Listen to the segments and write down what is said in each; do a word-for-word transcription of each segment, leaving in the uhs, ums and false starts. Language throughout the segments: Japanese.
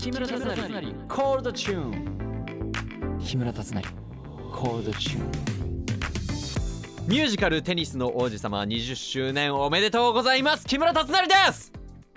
木村達成コールドチューン。木村達成コールドチューン。ミュージカルテニスの王子様にじゅっしゅうねんおめでとうございます。木村達成です。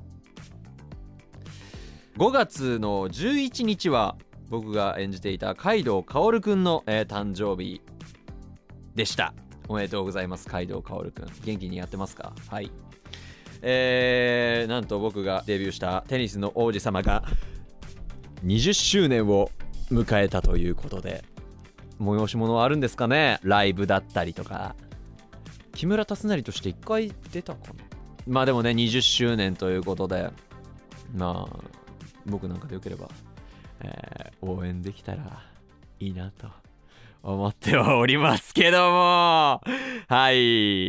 ごがつのじゅういちにちは僕が演じていた海道薫くんの、えー、誕生日でした。おめでとうございます。海道薫くん元気にやってますか？はい、えー、なんと僕がデビューしたテニスの王子様がにじゅっしゅうねんを迎えたということで、催し物はあるんですかね。ライブだったりとか。木村達成としていっかい出たかな。まあでもねにじゅっしゅうねんということで、まあ僕なんかでよければ、えー、応援できたらいいなと思ってはおりますけども、はい。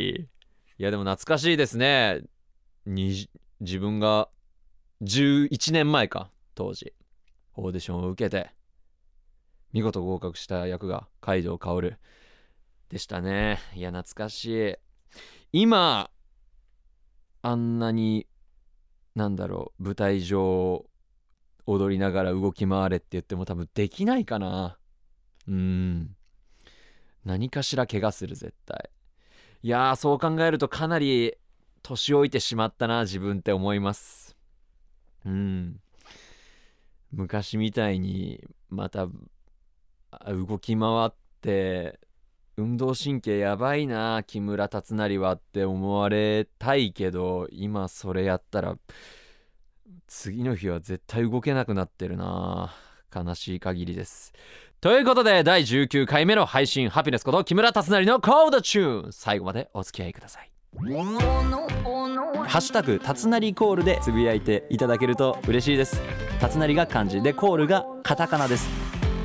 いやでも懐かしいですね。に自分がじゅういちねんまえか、当時オーディションを受けて見事合格した役が海道薫でしたね。いや懐かしい。今あんなになんだろう、舞台上踊りながら動き回れって言っても多分できないかな。うーん何かしら怪我する絶対。いやーそう考えるとかなり年老いてしまったな自分って思います。うん昔みたいにまた動き回って運動神経やばいな木村達成はって思われたいけど、今それやったら次の日は絶対動けなくなってるな。悲しい限りです。ということでだいじゅうきゅうかいめの配信、ハピネスこと木村達成のコードチューン、最後までお付き合いください。ハッシュタグ達成コールでつぶやいていただけると嬉しいです。達成が漢字でコールがカタカナです。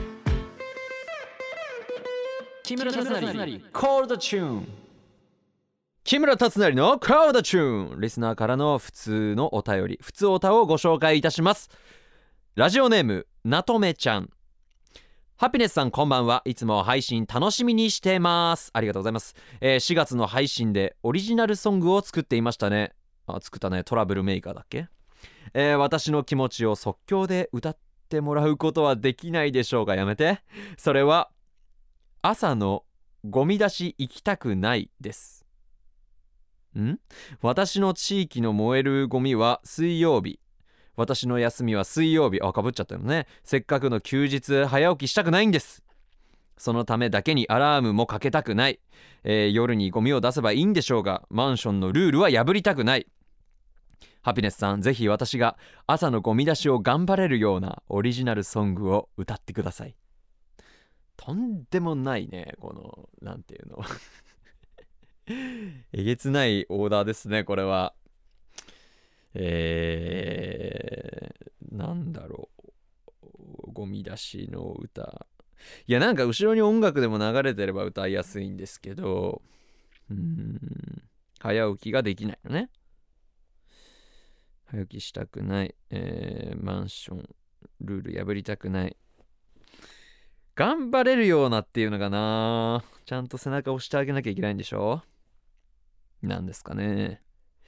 木村達成コールドチューン。木村達成のコールドチューン。リスナーからの普通のお便り、普通おたをご紹介いたします。ラジオネームなとめちゃん。ハピネスさんこんばんは。いつも配信楽しみにしてます。ありがとうございます。えー、しがつの配信でオリジナルソングを作っていましたね。あ、作ったね。トラブルメーカーだっけ。えー、私の気持ちを即興で歌ってもらうことはできないでしょうか。やめて。それは朝のゴミ出し行きたくないです。ん？私の地域の燃えるゴミは水曜日。私の休みは水曜日。あ、かぶっちゃったよね。せっかくの休日早起きしたくないんです。そのためだけにアラームもかけたくない、えー、夜にゴミを出せばいいんでしょうが、マンションのルールは破りたくない。ハピネスさん、ぜひ私が朝のゴミ出しを頑張れるようなオリジナルソングを歌ってください。とんでもないね、このなんていうのえげつないオーダーですね、これは。えー、なんだろう、ゴミ出しの歌。いやなんか後ろに音楽でも流れてれば歌いやすいんですけど、うーん早起きができないのね。早起きしたくない、えー、マンションルール破りたくない、頑張れるようなっていうのがな、ちゃんと背中を押してあげなきゃいけないんでしょ。なんですかね。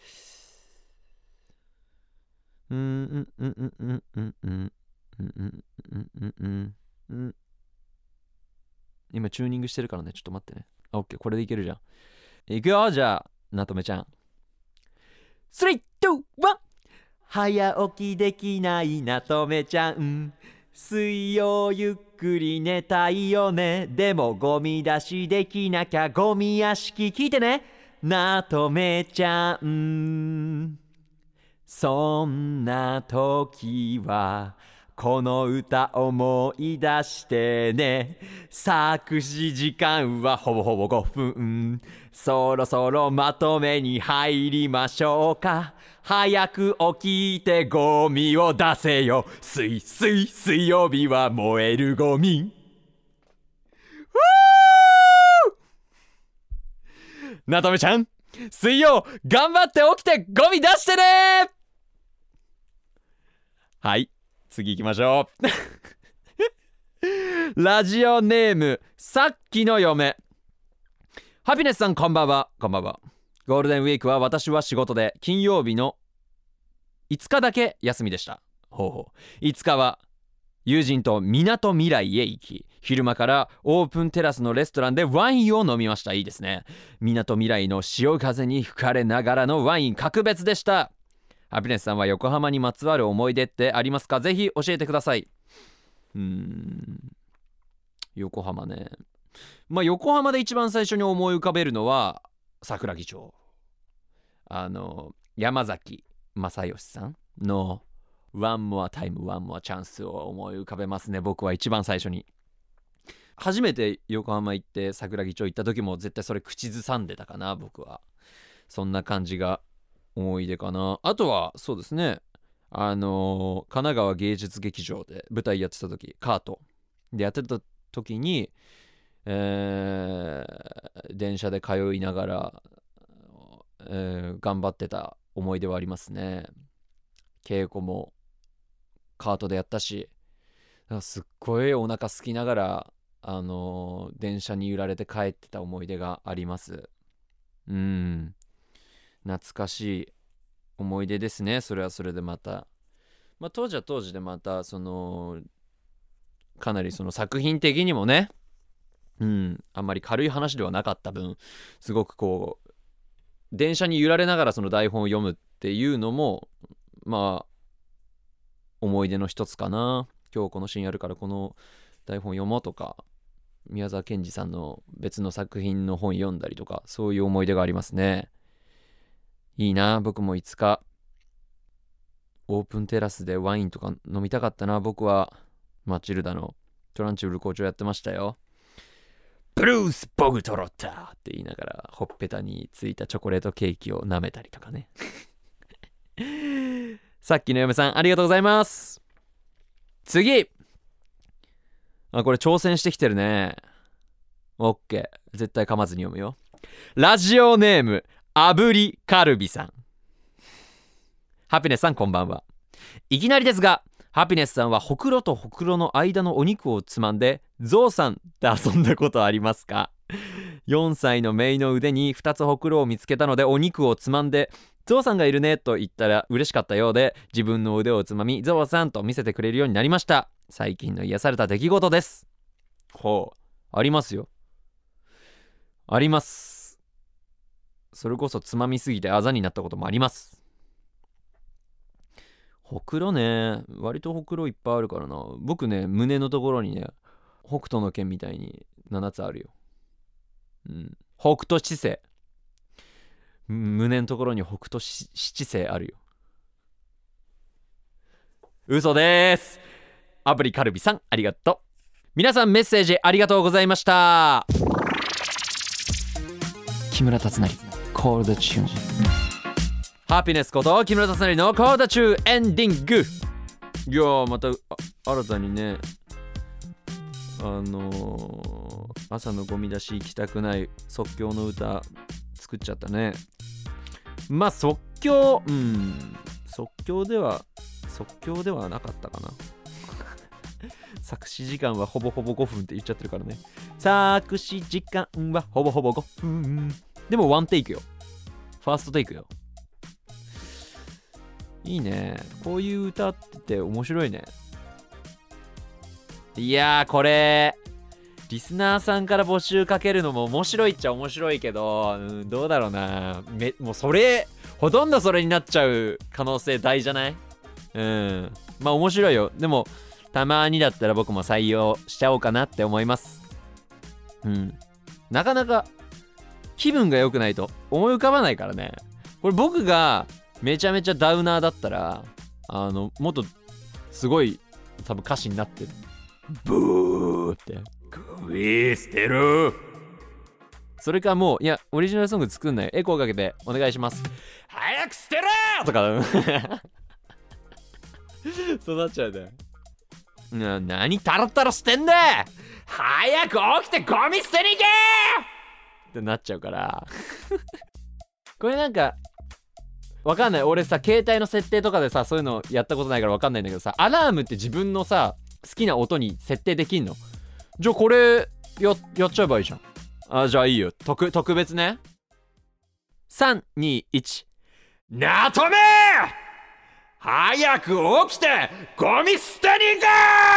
うんうんうんうんうんうんうんうんうんうんうんうん。今チューニングしてるからね、ちょっと待ってね。あ、オッケー、これでいけるじゃん。いくよ、じゃあなとめちゃん。スリー、ツー、ワン。早起きできないなとめちゃん。水曜ゆっくり寝たいよね。でもゴミ出しできなきゃゴミ屋敷。聞いてね、なとめちゃん。そんな時はこの歌思い出してね。作詞時間はほぼほぼごふん。そろそろまとめに入りましょうか。早く起きてゴミを出せよ。水水水曜日は燃えるゴミ。なとめちゃん、水曜頑張って起きてゴミ出してね。はい、次行きましょうラジオネームさっきの嫁。ハピネスさんこんばんは。こんばんは。ゴールデンウィークは私は仕事で金曜日のいつかだけ休みでした。 ほうほう。いつかは友人とみなとみらいへ行き、昼間からオープンテラスのレストランでワインを飲みました。いいですね。みなとみらいの潮風に吹かれながらのワイン、格別でした。ハピネスさんは横浜にまつわる思い出ってありますか？ぜひ教えてください。うーん、横浜ね。まあ横浜で一番最初に思い浮かべるのは桜木町。あの山崎正義さんのワンモアタイムワンモアチャンスを思い浮かべますね。僕は一番最初に。初めて横浜行って桜木町行った時も絶対それ口ずさんでたかな。僕はそんな感じが思い出かな。あとはそうですね、あのー、神奈川芸術劇場で舞台やってた時、カートでやってた時に、えー、電車で通いながら、えー、頑張ってた思い出はありますね。稽古もカートでやったし、すっごいお腹空きながら、あのー、電車に揺られて帰ってた思い出があります。うん、懐かしい思い出ですね。それはそれでまた、まあ、当時は当時でまたそのかなりその作品的にもね、うん、あんまり軽い話ではなかった分、すごくこう電車に揺られながらその台本を読むっていうのもまあ思い出の一つかな。今日このシーンあるからこの台本読もうとか、宮沢賢治さんの別の作品の本読んだりとか、そういう思い出がありますね。いいな。僕もいつかオープンテラスでワインとか飲みたかったな。僕はマチルダのトランチュール校長やってましたよ。ブルース・ボグトロッターって言いながらほっぺたについたチョコレートケーキを舐めたりとかね。さっきの嫁さんありがとうございます。次、あ、これ挑戦してきてるね。オッケー、絶対噛まずに読むよ。ラジオネーム炙りカルビさん。ハピネスさんこんばんは。いきなりですが、ハピネスさんはほくろとほくろの間のお肉をつまんでゾウさんって遊んだことありますか？よんさいの姪の腕にふたつほくろを見つけたのでお肉をつまんで、ゾウさんがいるねと言ったら嬉しかったようで、自分の腕をつまみゾウさんと見せてくれるようになりました。最近の癒された出来事です。ほう、ありますよ。あります。それこそつまみすぎてあざになったこともあります。ほくろね、割とほくろいっぱいあるからな。僕ね、胸のところにね、北斗の拳みたいにななつあるよ。うん、北斗七星。胸のところに北斗七星あるよ。嘘でーす。アプリカルビさんありがとう。皆さんメッセージありがとうございました。木村達成コールドチューン。ハピネスこと木村達成のコールドチューンエンディング。いやー、また新たにね、あのー、朝のゴミ出し行きたくない即興の歌作っちゃったね。まあ即興、うん、即興では即興ではなかったかな。作詞時間はほぼほぼごふんって言っちゃってるからね。作詞時間はほぼほぼごふん。でもワンテイクよ。ファーストテイクよ。いいね。こういう歌って面白いね。いやー、これリスナーさんから募集かけるのも面白いっちゃ面白いけど、うん、どうだろうな。めもうそれほとんどそれになっちゃう可能性大じゃない？うん、まあ面白いよ。でもたまにだったら僕も採用しちゃおうかなって思います。うん、なかなか気分が良くないと思い浮かばないからね。これ僕がめちゃめちゃダウナーだったら、あのもっとすごい多分歌詞になってる。ブーってクイ捨てる。それかもう、いやオリジナルソング作んない、エコーかけてお願いします、早く捨てろとかそうなっちゃうね。な、何タラタラしてんだ、早く起きてゴミ捨てに行けってなっちゃうからこれなんかわかんない。俺さ、携帯の設定とかでさ、そういうのやったことないからわかんないんだけどさ、アラームって自分のさ好きな音に設定できんの？じゃあこれ や, やっちゃえばいいじゃん。あ、じゃあいいよ。 特, 特別ね。さんにいち。なとめ早く起きてゴミ捨てに行く。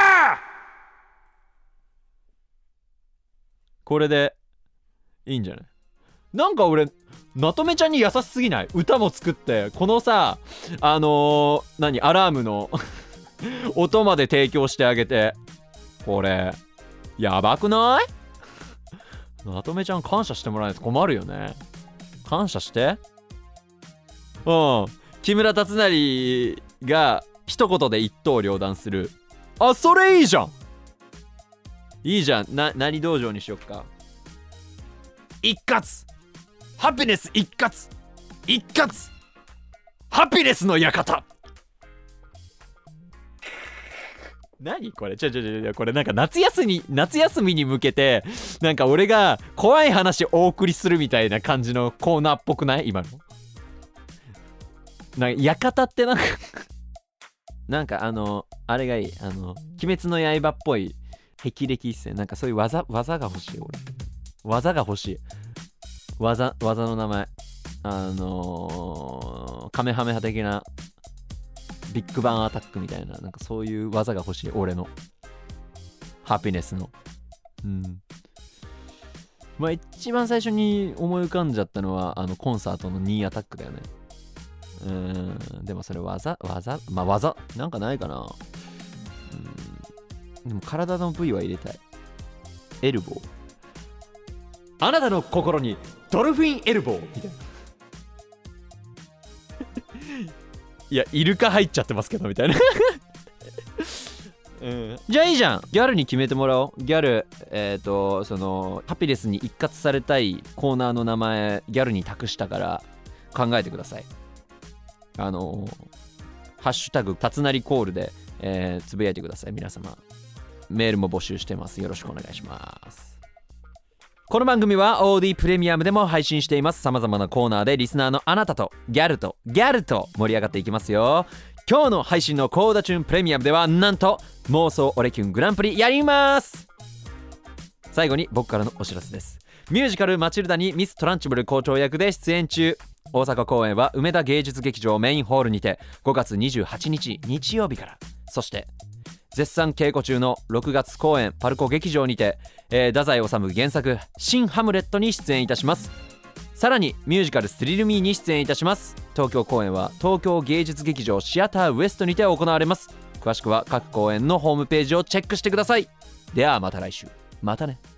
これでいいんじゃない？なんか俺なとめちゃんに優しすぎない？歌も作ってこのさあのー、何アラームの音まで提供してあげて、これやばくない？なとめちゃん感謝してもらわないと困るよね。感謝して。うん木村達成が一言で一刀両断する。あ、それいいじゃん。いいじゃん。な、何道場にしよっか。一括ハピネス一括一括ハピネスの館。何これ、ちょちょちょこれなんか夏休み夏休みに向けてなんか俺が怖い話お送りするみたいな感じのコーナーっぽくない？今のなんか館ってなんかなんかあのあれがいい、あの鬼滅の刃っぽい霹靂っすね。なんかそういう技技が欲しい。俺技が欲しい。技技の名前あのー、カメハメハ的なビッグバンアタックみたいな、なんかそういう技が欲しい。俺のハピネスの。うんまあ一番最初に思い浮かんじゃったのはあのコンサートのニーアタックだよね。うーんでもそれ技技まあ技なんかないかな。うんでも体の部位は入れたい。エルボー、あなたの心にドルフィンエルボーみたいないやイルカ入っちゃってますけどみたいな、うん、じゃあいいじゃん。ギャルに決めてもらおう。ギャルえっ、ー、とそのハピネスに一括されたいコーナーの名前ギャルに託したから考えてください。あのハッシュタグたつなりコールで、えー、つぶやいてください。皆様メールも募集してます。よろしくお願いします。この番組は オーディー プレミアムでも配信しています。様々なコーナーでリスナーのあなたとギャルとギャルと盛り上がっていきますよ。今日の配信のコーダチューンプレミアムではなんと妄想オレキュングランプリやります。最後に僕からのお知らせです。ミュージカルマチルダにミストランチブル校長役で出演中。大阪公演は梅田芸術劇場メインホールにてごがつにじゅうはちにち日曜日から、そして絶賛稽古中のろくがつ公演パルコ劇場にて、えー、太宰治原作新ハムレットに出演いたします。さらにミュージカルスリルミーに出演いたします。東京公演は東京芸術劇場シアターウエストにて行われます。詳しくは各公演のホームページをチェックしてください。ではまた来週。またね。